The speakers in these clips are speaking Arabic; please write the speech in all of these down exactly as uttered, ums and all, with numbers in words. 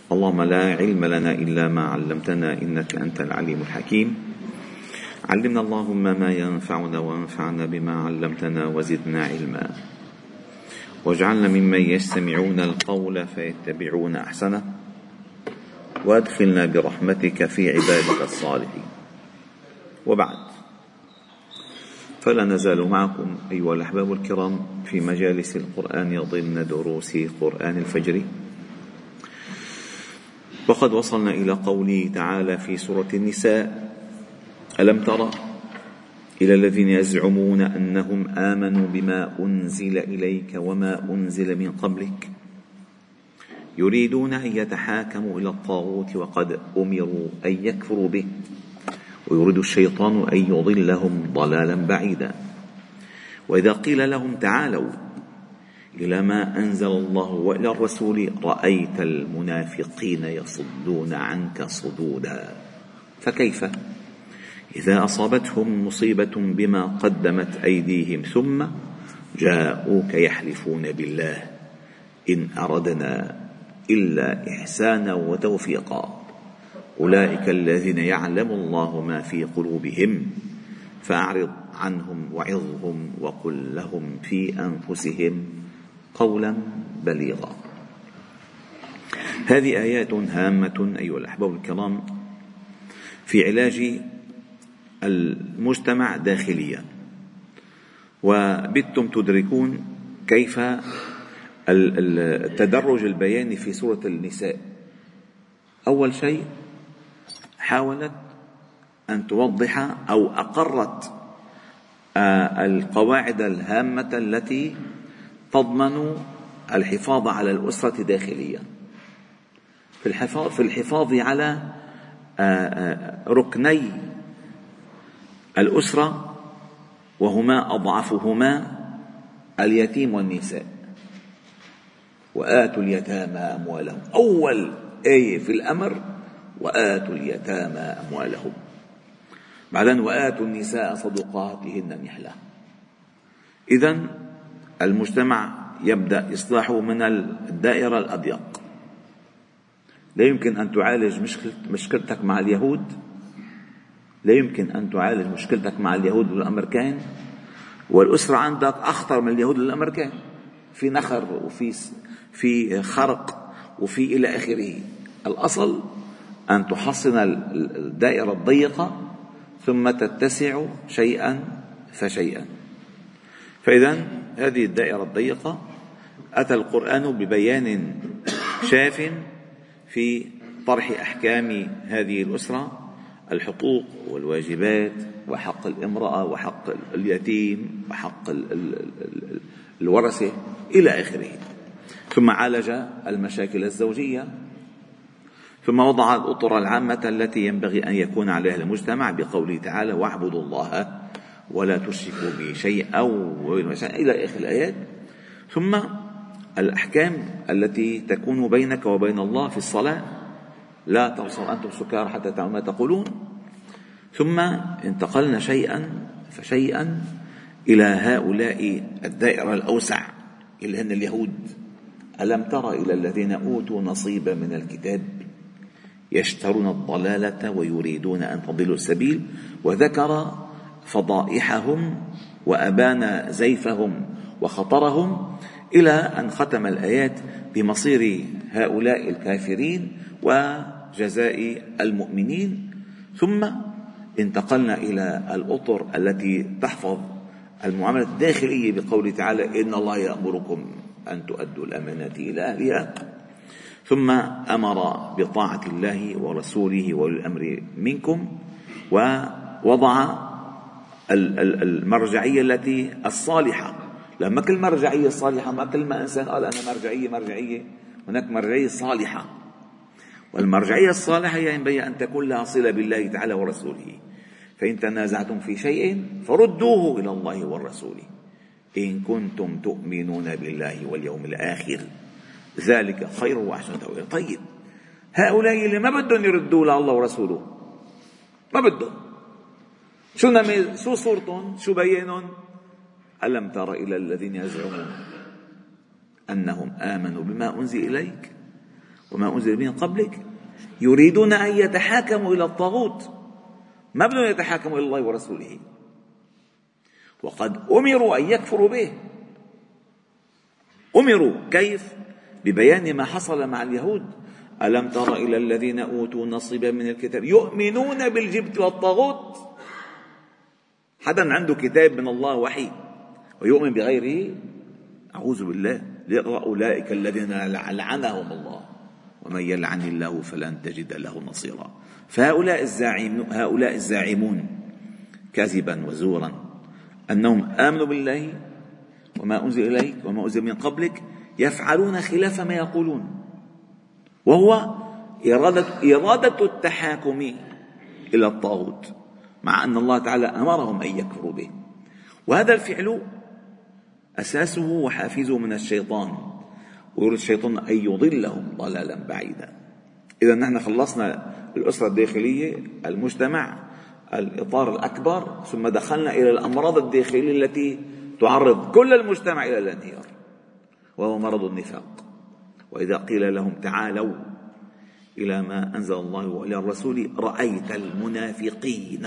اللهم لا علم لنا إلا ما علمتنا إنك أنت العليم الحكيم. علمنا اللهم ما ينفعنا وانفعنا بما علمتنا وزدنا علما، واجعلنا ممن يستمعون القول فيتبعون أحسنه، وادخلنا برحمتك في عبادك الصالحين. وبعد، فلا نزال معكم أيها الأحباب الكرام في مجالس القرآن ضمن دروس قرآن الفجر، وقد وصلنا إلى قوله تعالى في سورة النساء: ألم تر إلى الذين يزعمون أنهم آمنوا بما أنزل إليك وما أنزل من قبلك يريدون أن يتحاكموا إلى الطاغوت وقد أمروا أن يكفروا به ويريد الشيطان أن يضلهم ضلالا بعيدا. وإذا قيل لهم تعالوا إلى ما أنزل الله وإلى الرسول رأيت المنافقين يصدون عنك صدودا. فكيف إذا أصابتهم مصيبة بما قدمت أيديهم ثم جاءوك يحلفون بالله إن أردنا إلا إحسانا وتوفيقا أولئك الذين يعلم الله ما في قلوبهم فأعرض عنهم وعظهم وقل لهم في أنفسهم قولا بليغا. هذه آيات هامة أيها الأحباب الكرام في علاج المجتمع داخليا، وبدتم تدركون كيف التدرج البياني في سورة النساء. أول شيء حاولت أن توضح أو أقرت القواعد الهامة التي تضمن الحفاظ على الأسرة داخليا، في الحفاظ, في الحفاظ على ركني الأسرة، وهما أضعفهما اليتيم والنساء. وآتوا اليتامى أموالهم، أول آية في الأمر وآتوا اليتامى أموالهم، بعدين وآتوا النساء صدقاتهن نحلة. إذن المجتمع يبدأ إصلاحه من الدائرة الأضيق. لا يمكن أن تعالج مشكلة مشكلتك مع اليهود، لا يمكن أن تعالج مشكلتك مع اليهود والأمريكان والأسرة عندك أخطر من اليهود والأمريكان، في نخر وفي في خرق وفي إلى آخره. الأصل أن تحصن الدائرة الضيقة ثم تتسع شيئا فشيئا. فإذن هذه الدائرة الضيقة أتى القرآن ببيان شاف في طرح أحكام هذه الأسرة، الحقوق والواجبات وحق الامرأة وحق اليتيم وحق الورثة إلى آخره. ثم عالج المشاكل الزوجية، ثم وضع الأطر العامة التي ينبغي أن يكون عليها المجتمع بقوله تعالى: واعبدوا الله ولا تشركوا به شيئا إلى آخر الآيات. ثم الأحكام التي تكون بينك وبين الله في الصلاة: لا تبصر أنتم سكارى حتى تعلموا ما تقولون. ثم انتقلنا شيئا فشيئا إلى هؤلاء الدائرة الأوسع اللي هن اليهود. ألم تر إلى الذين أوتوا نصيبا من الكتاب يشترون الضلالة ويريدون أن تضلوا السبيل، وذكر فضائحهم وأبان زيفهم وخطرهم إلى أن ختم الآيات بمصير هؤلاء الكافرين وجزاء المؤمنين. ثم انتقلنا إلى الأطر التي تحفظ المعاملة الداخلية بقوله تعالى: إن الله يأمركم أن تؤدوا الأمانات إلى أهلها. ثم أمر بطاعة الله ورسوله وأولي الأمر منكم، ووضع المرجعية التي الصالحة. لما كل مرجعية صالحة، ما كل ما إنسان قال أنا مرجعية مرجعية، هناك مرجعية صالحة. والمرجعية الصالحة ينبغي أن تكون لها صلة بالله تعالى ورسوله. فإن تنازعتم في شيء فردوه إلى الله والرسول إن كنتم تؤمنون بالله واليوم الآخر ذلك خير وأحسن تأويلا. طيب، هؤلاء اللي ما بدهم يردوا لله ورسوله، ما بدهم، شو نمي شو صورتهم، شو بيانهم؟ ألم تر إلى الذين يزعمون أنهم آمنوا بما أنزل إليك وما أنزل من قبلك يريدون أن يتحاكموا إلى الطاغوت، ما بدهم يتحاكموا إلى الله ورسوله، وقد أمروا أن يكفروا به. أمروا كيف؟ ببيان ما حصل مع اليهود. ألم تر إلى الذين أوتوا نصيبا من الكتاب يؤمنون بالجبت والطاغوت. حدا عنده كتاب من الله وحي ويؤمن بغيره، أعوذ بالله، أولئك الذين لعنهم الله ومن يلعن الله فلن تجد له نصيرا. فهؤلاء الزاعمون هؤلاء الزاعمون كذبا وزورا أنهم آمنوا بالله وما أنزل إليك وما أنزل من قبلك يفعلون خلاف ما يقولون، وهو إرادة, إرادة التحاكم إلى الطاغوت، مع أن الله تعالى أمرهم أن يكفروا به. وهذا الفعل أساسه وحافزه من الشيطان، ويريد الشيطان أن يضلهم ضلالا بعيدا. إذا نحن خلصنا الأسرة الداخلية، المجتمع، الإطار الأكبر، ثم دخلنا إلى الأمراض الداخلية التي تعرض كل المجتمع إلى الانهيار، وهو مرض النفاق. وإذا قيل لهم تعالوا إلى ما أنزل الله وإلى الرسول رأيت المنافقين،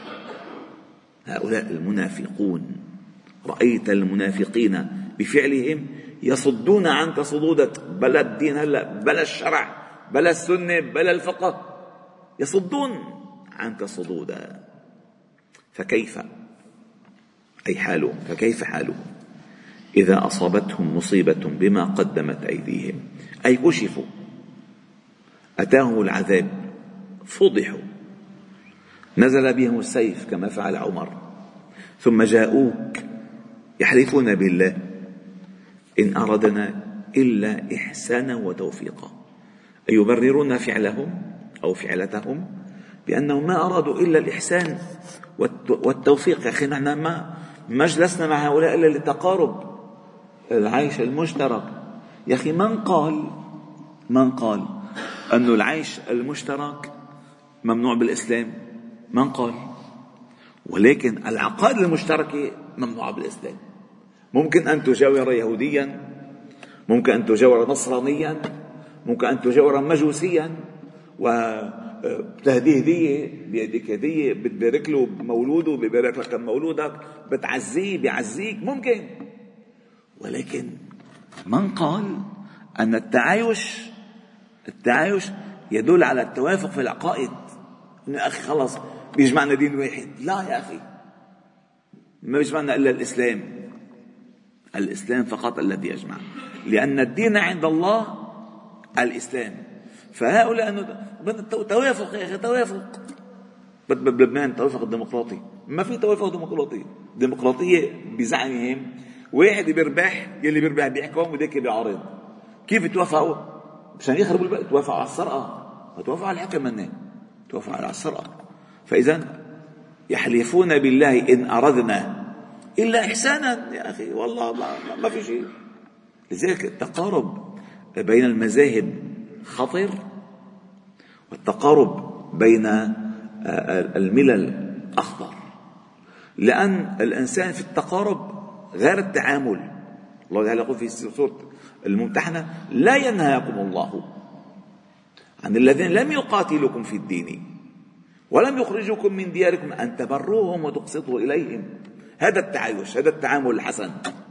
هؤلاء المنافقون، رأيت المنافقين بفعلهم يصدون عنك صدودا، بلا الدين هلا، بلا الشرع، بلا السنة، بلا الفقه، يصدون عنك صدودا. فكيف أي حالهم، فكيف حالهم إذا أصابتهم مصيبة بما قدمت أيديهم، أي كشفوا، أتاهم العذاب، فضحوا، نزل بهم السيف كما فعل عمر، ثم جاءوك يحلفون بالله إن أردنا إلا إحسانا وتوفيقا، أي يبررون فعلهم أو فعلتهم بأنهم ما أرادوا إلا الإحسان والتوفيق. يا أخي نحن ما ما جلسنا مع هؤلاء إلا للتقارب، العيش المشترك. يا أخي من قال من قال أن العيش المشترك ممنوع بالإسلام؟ من قال؟ ولكن العقائد المشتركة ممنوعة بالإسلام. ممكن أن تجاور يهوديا، ممكن أن تجاور نصرانيا، ممكن أن تجاور مجوسيا وتهديه هدية بيدك هدية، بتبارك له بمولوده، بيبارك لك بمولودك، بتعزيه بيعزيك، ممكن. ولكن من قال أن التعايش التعايش يدل على التوافق في العقائد؟ يا أخي خلص بيجمعنا دين واحد. لا يا أخي، ما بيجمعنا إلا الإسلام، الإسلام فقط الذي يجمع، لأن الدين عند الله الإسلام. فهؤلاء توافق يا أخي، توافق بلبنان، توافق الديمقراطي. ما في توافق ديمقراطي. ديمقراطية بزعمهم واحد بيربح، يلي بيربح بيحكم وذاك بيعارض. كيف توافقوا؟ مشان يخربوا البلد. توافقوا على السرقة، ما توافقوا على الحكم، منه توافقوا على السرقة. فإذا يحلفون بالله إن أردنا إلا إحسانا. يا أخي والله ما, ما في شيء. لذلك التقارب بين المذاهب خطر، والتقارب بين الملل أخطر، لأن الإنسان في التقارب غير التعامل. الله تعالى يقول في سورة الممتحنة لا ينهاكم الله عن الذين لم يقاتلوكم في الدين ولم يخرجوكم من دياركم أن تبروهم وتقسطوا إليهم. هذا التعايش، هذا التعامل الحسن.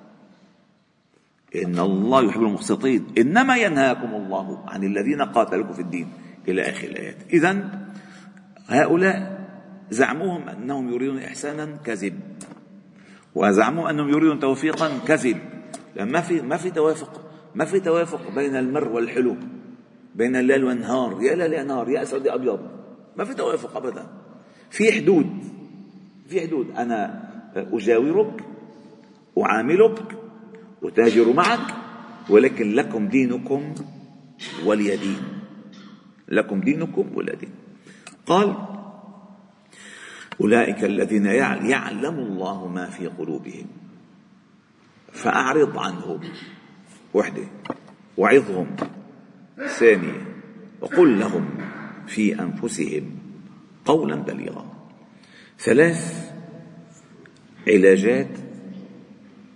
إن الله يحب المقسطين، إنما ينهاكم الله عن الذين قاتلوكم في الدين إلى آخر الآيات. إذن هؤلاء زعموهم أنهم يريدون إحسانا كذب، وزعموا أنهم يريدون توفيقا كذب. لأن ما في ما في توافق، ما في توافق بين المر والحلو، بين الليل والنهار، يا ليل يا نهار، يا أسود يا أبيض. ما في توافق أبدا. في حدود، في حدود. أنا أجاورك، أعاملك، أتاجر معك، ولكن لكم دينكم ولي دين، لكم دينكم ولي دين. قال أولئك الذين يعلم الله ما في قلوبهم فأعرض عنهم، وحدة، وعظهم، ثانية، وقل لهم في أنفسهم قولا بليغا. ثلاث علاجات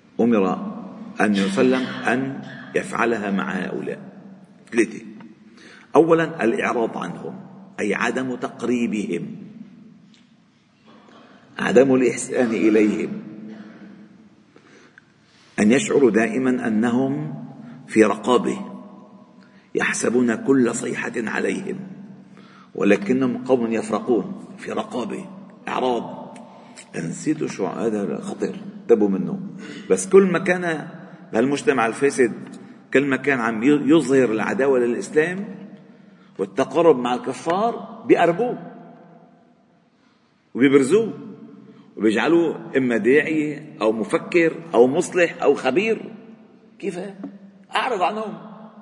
أمر أن يسلم أن يفعلها مع هؤلاء. ثلاثة. أولا الإعراض عنهم، أي عدم تقريبهم، عدم الإحسان إليهم، أن يشعروا دائما أنهم في رقابه، يحسبون كل صيحة عليهم، ولكنهم قوم يفرقون، في رقابه، إعراض. نسيتوا شو هذا خطر، انتبهوا منه. بس كل ما كان بهالمجتمع الفاسد، كل ما كان عم يظهر العداوة للإسلام والتقرب مع الكفار، بيقربوه وبيبرزوه وبيجعلوه إما داعية أو مفكر أو مصلح أو خبير. كيف؟ أعرض عنهم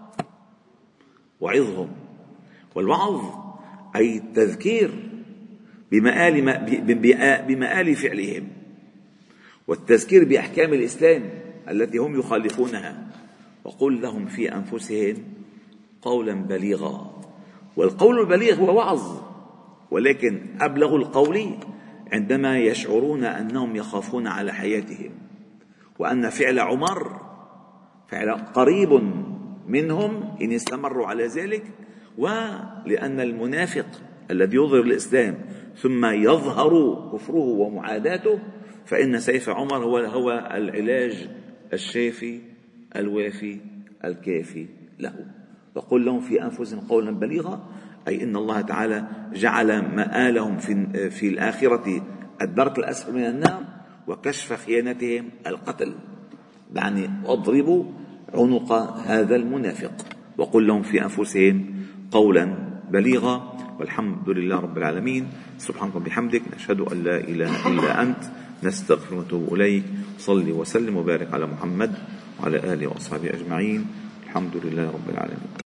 وعظهم. والوعظ أي التذكير بمآل, بمآل فعلهم، والتذكير بأحكام الإسلام التي هم يخالفونها. وقل لهم في أنفسهم قولا بليغا. والقول البليغ هو وعظ، ولكن أبلغ القول عندما يشعرون أنهم يخافون على حياتهم، وأن فعل عمر فعل قريب منهم إن استمروا على ذلك. ولأن المنافق الذي يظهر الإسلام ثم يظهر كفره ومعاداته، فإن سيف عمر هو هو العلاج الشافي الوافي الكافي له. وقل لهم في أنفسهم قولا بليغا، أي إن الله تعالى جعل مآلهم في, في الآخرة الدرك الأسفل من النار، وكشف خيانتهم القتل، يعني اضربوا عنق هذا المنافق. وقل لهم في أنفسهم قولا بليغا. والحمد لله رب العالمين. سبحانك وبحمدك، نشهد أن لا إله إلا أنت، نستغفر ونتوب إليك. صلي وسلم وبارك على محمد وعلى آله وأصحابه أجمعين. الحمد لله رب العالمين.